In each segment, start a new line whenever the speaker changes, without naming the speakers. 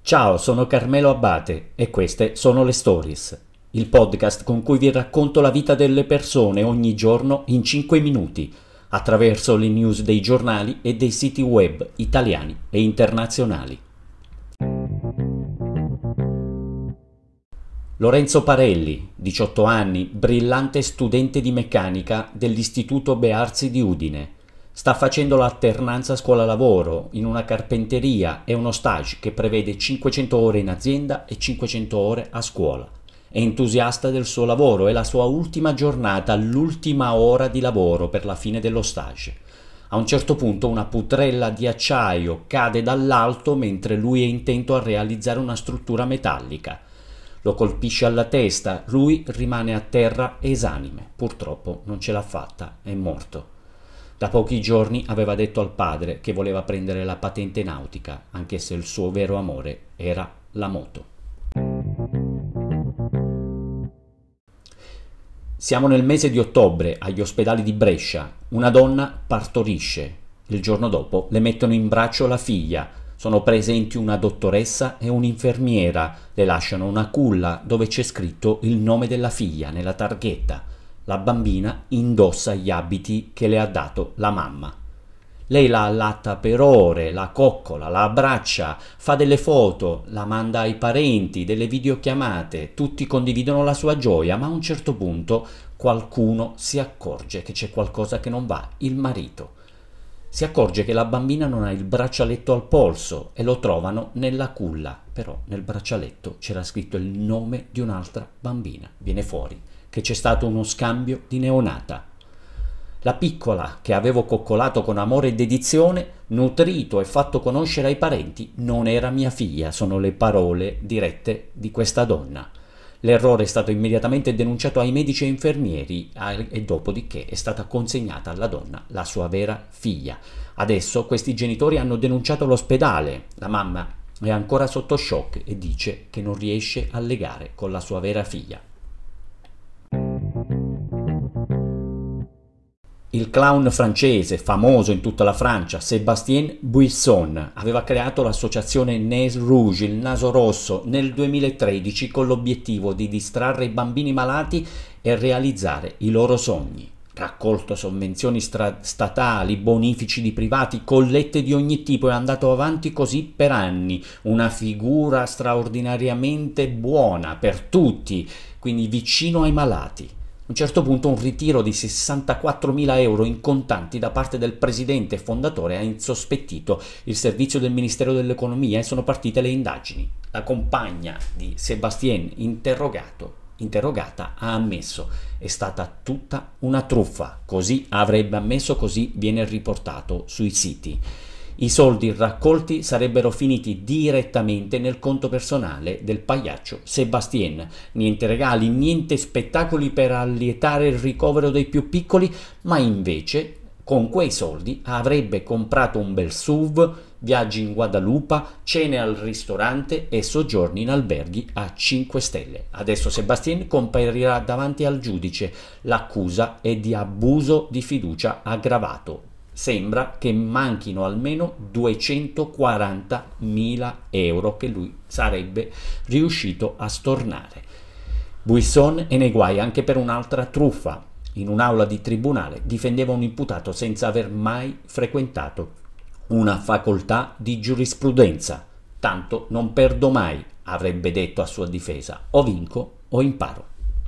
Ciao, sono Carmelo Abbate e queste sono le Stories, il podcast con cui vi racconto la vita delle persone ogni giorno in 5 minuti, attraverso le news dei giornali e dei siti web italiani e internazionali. Lorenzo Parelli, 18 anni, brillante studente di meccanica dell'Istituto Bearzi di Udine. Sta facendo l'alternanza scuola-lavoro in una carpenteria e uno stage che prevede 500 ore in azienda e 500 ore a scuola. È entusiasta del suo lavoro, è la sua ultima giornata, l'ultima ora di lavoro per la fine dello stage. A un certo punto una putrella di acciaio cade dall'alto mentre lui è intento a realizzare una struttura metallica. Lo colpisce alla testa, lui rimane a terra esanime. Purtroppo non ce l'ha fatta, è morto. Da pochi giorni aveva detto al padre che voleva prendere la patente nautica, anche se il suo vero amore era la moto. Siamo nel mese di ottobre agli ospedali di Brescia. Una donna partorisce. Il giorno dopo le mettono in braccio la figlia. Sono presenti una dottoressa e un'infermiera. Le lasciano una culla dove c'è scritto il nome della figlia nella targhetta. La bambina indossa gli abiti che le ha dato la mamma. Lei la allatta per ore, la coccola, la abbraccia, fa delle foto, la manda ai parenti, delle videochiamate, tutti condividono la sua gioia, ma a un certo punto qualcuno si accorge che c'è qualcosa che non va, il marito. Si accorge che la bambina non ha il braccialetto al polso e lo trovano nella culla, però nel braccialetto c'era scritto il nome di un'altra bambina. Viene fuori che c'è stato uno scambio di neonata. La piccola, che avevo coccolato con amore e dedizione, nutrito e fatto conoscere ai parenti, non era mia figlia, sono le parole dirette di questa donna. L'errore è stato immediatamente denunciato ai medici e infermieri e dopodiché è stata consegnata alla donna la sua vera figlia. Adesso questi genitori hanno denunciato l'ospedale. La mamma è ancora sotto shock e dice che non riesce a legare con la sua vera figlia. Il clown francese, famoso in tutta la Francia, Sébastien Buisson, aveva creato l'associazione Nez Rouge, il naso rosso, nel 2013 con l'obiettivo di distrarre i bambini malati e realizzare i loro sogni. Raccolto sovvenzioni statali, bonifici di privati, collette di ogni tipo, è andato avanti così per anni. Una figura straordinariamente buona per tutti, quindi vicino ai malati. A un certo punto un ritiro di 64.000 euro in contanti da parte del presidente e fondatore ha insospettito il servizio del Ministero dell'Economia e sono partite le indagini. La compagna di Sébastien, interrogata, ha ammesso: è stata tutta una truffa, così avrebbe ammesso, così viene riportato sui siti. I soldi raccolti sarebbero finiti direttamente nel conto personale del pagliaccio Sébastien. Niente regali, niente spettacoli per allietare il ricovero dei più piccoli, ma invece con quei soldi avrebbe comprato un bel SUV, viaggi in Guadalupe, cene al ristorante e soggiorni in alberghi a 5 stelle. Adesso Sébastien comparirà davanti al giudice. L'accusa è di abuso di fiducia aggravato. Sembra che manchino almeno 240.000 euro che lui sarebbe riuscito a stornare. Buisson è nei guai anche per un'altra truffa. In un'aula di tribunale difendeva un imputato senza aver mai frequentato una facoltà di giurisprudenza. Tanto non perdo mai, avrebbe detto a sua difesa. O vinco o imparo.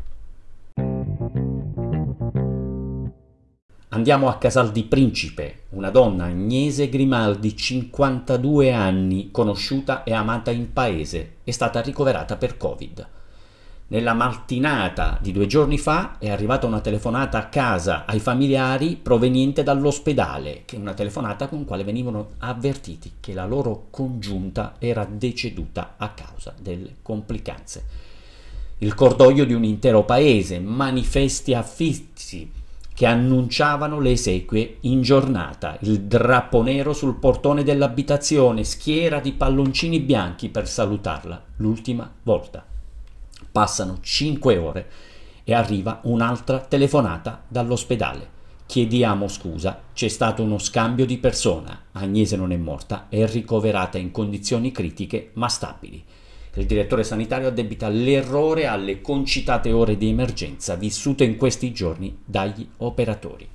Andiamo a Casal di Principe. Una donna, Agnese Grimaldi, 52 anni, conosciuta e amata in paese, è stata ricoverata per Covid. Nella mattinata di 2 giorni fa è arrivata una telefonata a casa ai familiari proveniente dall'ospedale, che è una telefonata con quale venivano avvertiti che la loro congiunta era deceduta a causa delle complicanze. Il cordoglio di un intero paese, manifesti affissi che annunciavano le esequie in giornata, il drappo nero sul portone dell'abitazione, schiera di palloncini bianchi per salutarla l'ultima volta. Passano 5 ore e arriva un'altra telefonata dall'ospedale. Chiediamo scusa, c'è stato uno scambio di persona, Agnese non è morta, è ricoverata in condizioni critiche ma stabili. Il direttore sanitario addebita l'errore alle concitate ore di emergenza vissute in questi giorni dagli operatori.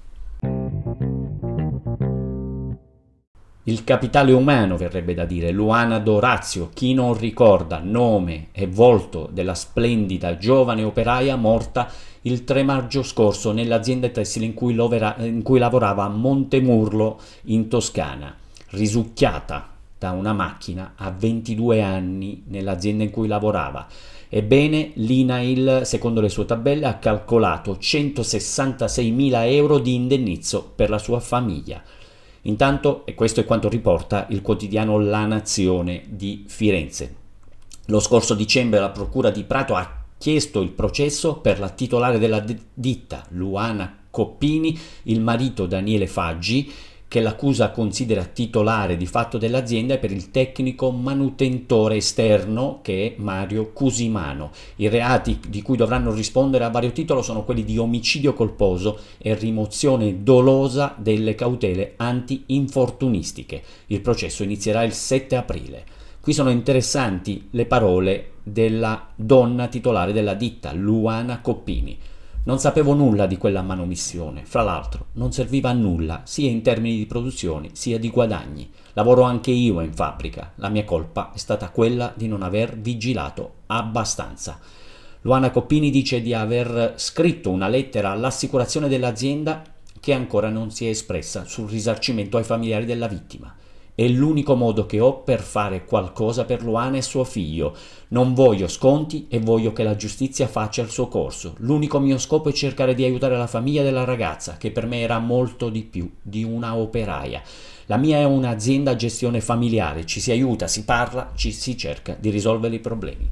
Il capitale umano, verrebbe da dire, Luana D'Orazio, chi non ricorda nome e volto della splendida giovane operaia morta il 3 maggio scorso nell'azienda tessile in cui lavorava a Montemurlo in Toscana, risucchiata da una macchina a 22 anni nell'azienda in cui lavorava. Ebbene, l'INAIL, secondo le sue tabelle, ha calcolato 166.000 euro di indennizzo per la sua famiglia. Intanto, e questo è quanto riporta il quotidiano La Nazione di Firenze, lo scorso dicembre la Procura di Prato ha chiesto il processo per la titolare della ditta, Luana Coppini, il marito Daniele Faggi, che l'accusa considera titolare di fatto dell'azienda, e per il tecnico manutentore esterno che è Mario Cusimano. I reati di cui dovranno rispondere a vario titolo sono quelli di omicidio colposo e rimozione dolosa delle cautele anti-infortunistiche. Il processo inizierà il 7 aprile. Qui sono interessanti le parole della donna titolare della ditta, Luana Coppini. Non sapevo nulla di quella manomissione, fra l'altro non serviva a nulla, sia in termini di produzioni sia di guadagni. Lavoro anche io in fabbrica, la mia colpa è stata quella di non aver vigilato abbastanza. Luana Coppini dice di aver scritto una lettera all'assicurazione dell'azienda che ancora non si è espressa sul risarcimento ai familiari della vittima. È l'unico modo che ho per fare qualcosa per Luana e suo figlio. Non voglio sconti e voglio che la giustizia faccia il suo corso. L'unico mio scopo è cercare di aiutare la famiglia della ragazza, che per me era molto di più di una operaia. La mia è un'azienda a gestione familiare, ci si aiuta, si parla, ci si cerca di risolvere i problemi.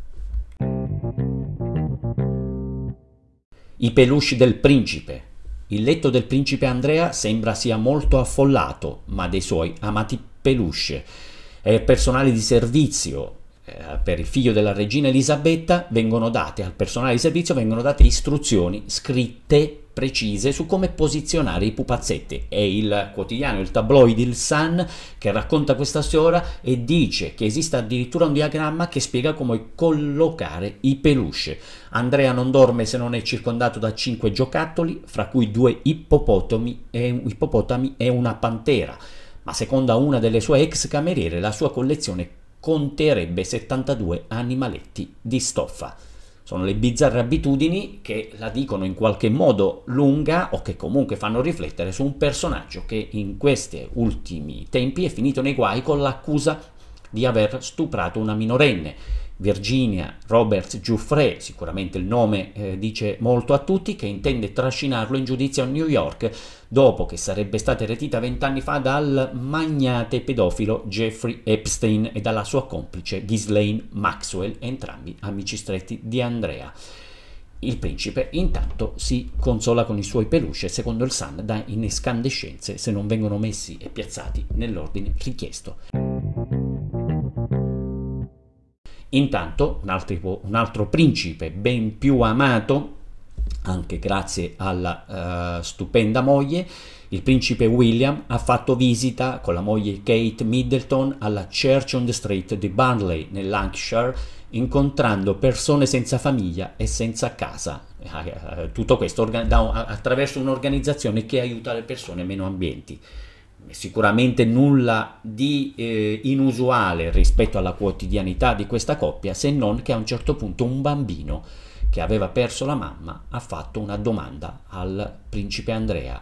I peluche del principe. Il letto del principe Andrea sembra sia molto affollato, ma dei suoi amati peluche e personale di servizio per il figlio della regina Elisabetta al personale di servizio vengono date istruzioni scritte precise su come posizionare i pupazzetti. È il quotidiano, il tabloid Il Sun, che racconta questa storia e dice che esiste addirittura un diagramma che spiega come collocare i peluche. Andrea non dorme se non è circondato da 5 giocattoli, fra cui 2 ippopotami e una pantera, ma secondo una delle sue ex cameriere la sua collezione conterebbe 72 animaletti di stoffa. Sono le bizzarre abitudini che la dicono in qualche modo lunga o che comunque fanno riflettere su un personaggio che in questi ultimi tempi è finito nei guai con l'accusa di aver stuprato una minorenne. Virginia Roberts Giuffre, sicuramente il nome dice molto a tutti, che intende trascinarlo in giudizio a New York dopo che sarebbe stata eretita 20 anni fa dal magnate pedofilo Jeffrey Epstein e dalla sua complice Ghislaine Maxwell, entrambi amici stretti di Andrea. Il principe intanto si consola con i suoi peluche, secondo il Sun da incandescenze se non vengono messi e piazzati nell'ordine richiesto. Intanto un altro principe ben più amato, anche grazie alla stupenda moglie, il principe William ha fatto visita con la moglie Kate Middleton alla Church on the Street di Burnley nel Lancashire, incontrando persone senza famiglia e senza casa. Tutto questo attraverso un'organizzazione che aiuta le persone meno abbienti. Sicuramente nulla di inusuale rispetto alla quotidianità di questa coppia, se non che a un certo punto un bambino che aveva perso la mamma ha fatto una domanda al principe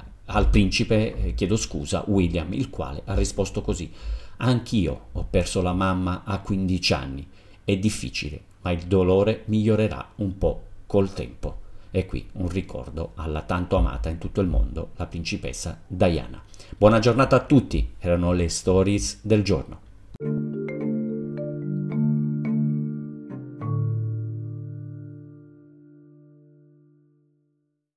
William, il quale ha risposto così: anch'io ho perso la mamma a 15 anni, è difficile, ma il dolore migliorerà un po' col tempo. E qui un ricordo alla tanto amata in tutto il mondo, la principessa Diana. Buona giornata a tutti, erano le stories del giorno.